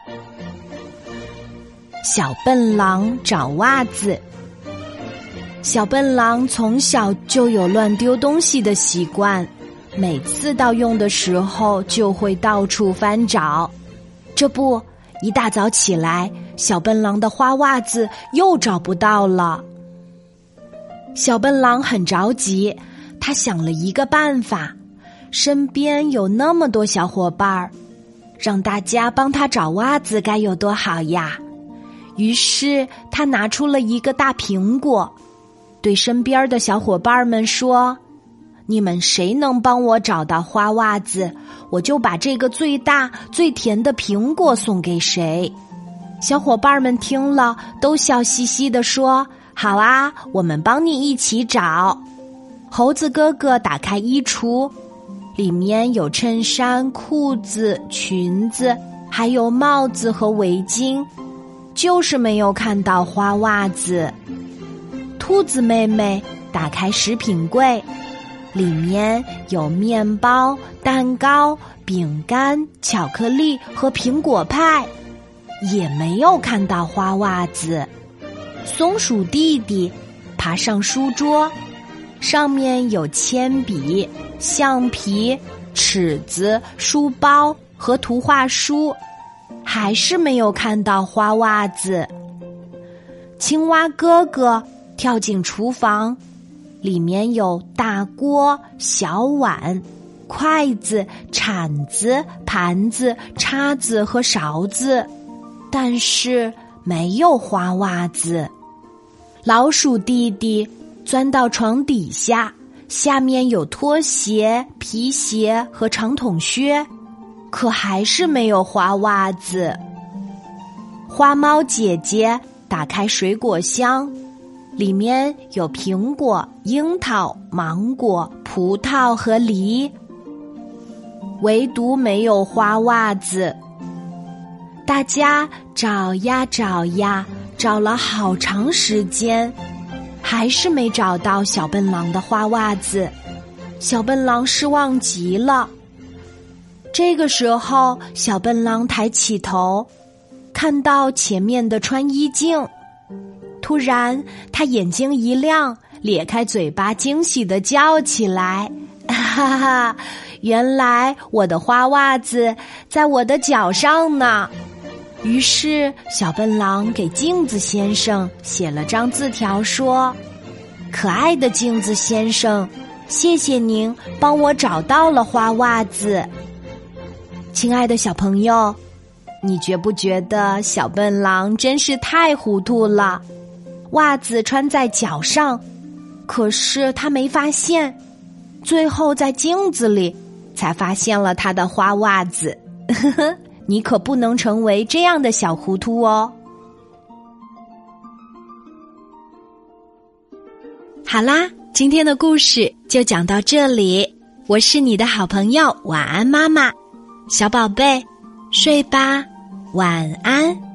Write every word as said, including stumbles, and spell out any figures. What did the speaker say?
小笨狼找袜子。小笨狼从小就有乱丢东西的习惯，每次到用的时候就会到处翻找。这不，一大早起来，小笨狼的花袜子又找不到了。小笨狼很着急，他想了一个办法，身边有那么多小伙伴儿，让大家帮他找袜子该有多好呀！于是他拿出了一个大苹果，对身边的小伙伴们说：你们谁能帮我找到花袜子，我就把这个最大最甜的苹果送给谁。小伙伴们听了都笑嘻嘻地说：好啊，我们帮你一起找。猴子哥哥打开衣橱，里面有衬衫、裤子、裙子，还有帽子和围巾，就是没有看到花袜子。兔子妹妹打开食品柜，里面有面包、蛋糕、饼干、巧克力和苹果派，也没有看到花袜子。松鼠弟弟爬上书桌，上面有铅笔、橡皮、尺子、书包和图画书，还是没有看到花袜子。青蛙哥哥跳进厨房，里面有大锅、小碗、筷子、铲子、盘子、叉子和勺子，但是没有花袜子。老鼠弟弟钻到床底下，下面有拖鞋、皮鞋和长筒靴，可还是没有花袜子。花猫姐姐打开水果箱，里面有苹果、樱桃、芒果、葡萄和梨，唯独没有花袜子。大家找呀找呀，找了好长时间，还是没找到小笨狼的花袜子。小笨狼失望极了。这个时候，小笨狼抬起头，看到前面的穿衣镜，突然他眼睛一亮，咧开嘴巴惊喜地叫起来：哈哈，原来我的花袜子在我的脚上呢。于是小笨狼给镜子先生写了张字条，说：可爱的镜子先生，谢谢您帮我找到了花袜子。亲爱的小朋友，你觉不觉得小笨狼真是太糊涂了？袜子穿在脚上，可是他没发现，最后在镜子里才发现了他的花袜子。呵呵，你可不能成为这样的小糊涂哦。好啦，今天的故事就讲到这里，我是你的好朋友晚安妈妈。小宝贝，睡吧，晚安。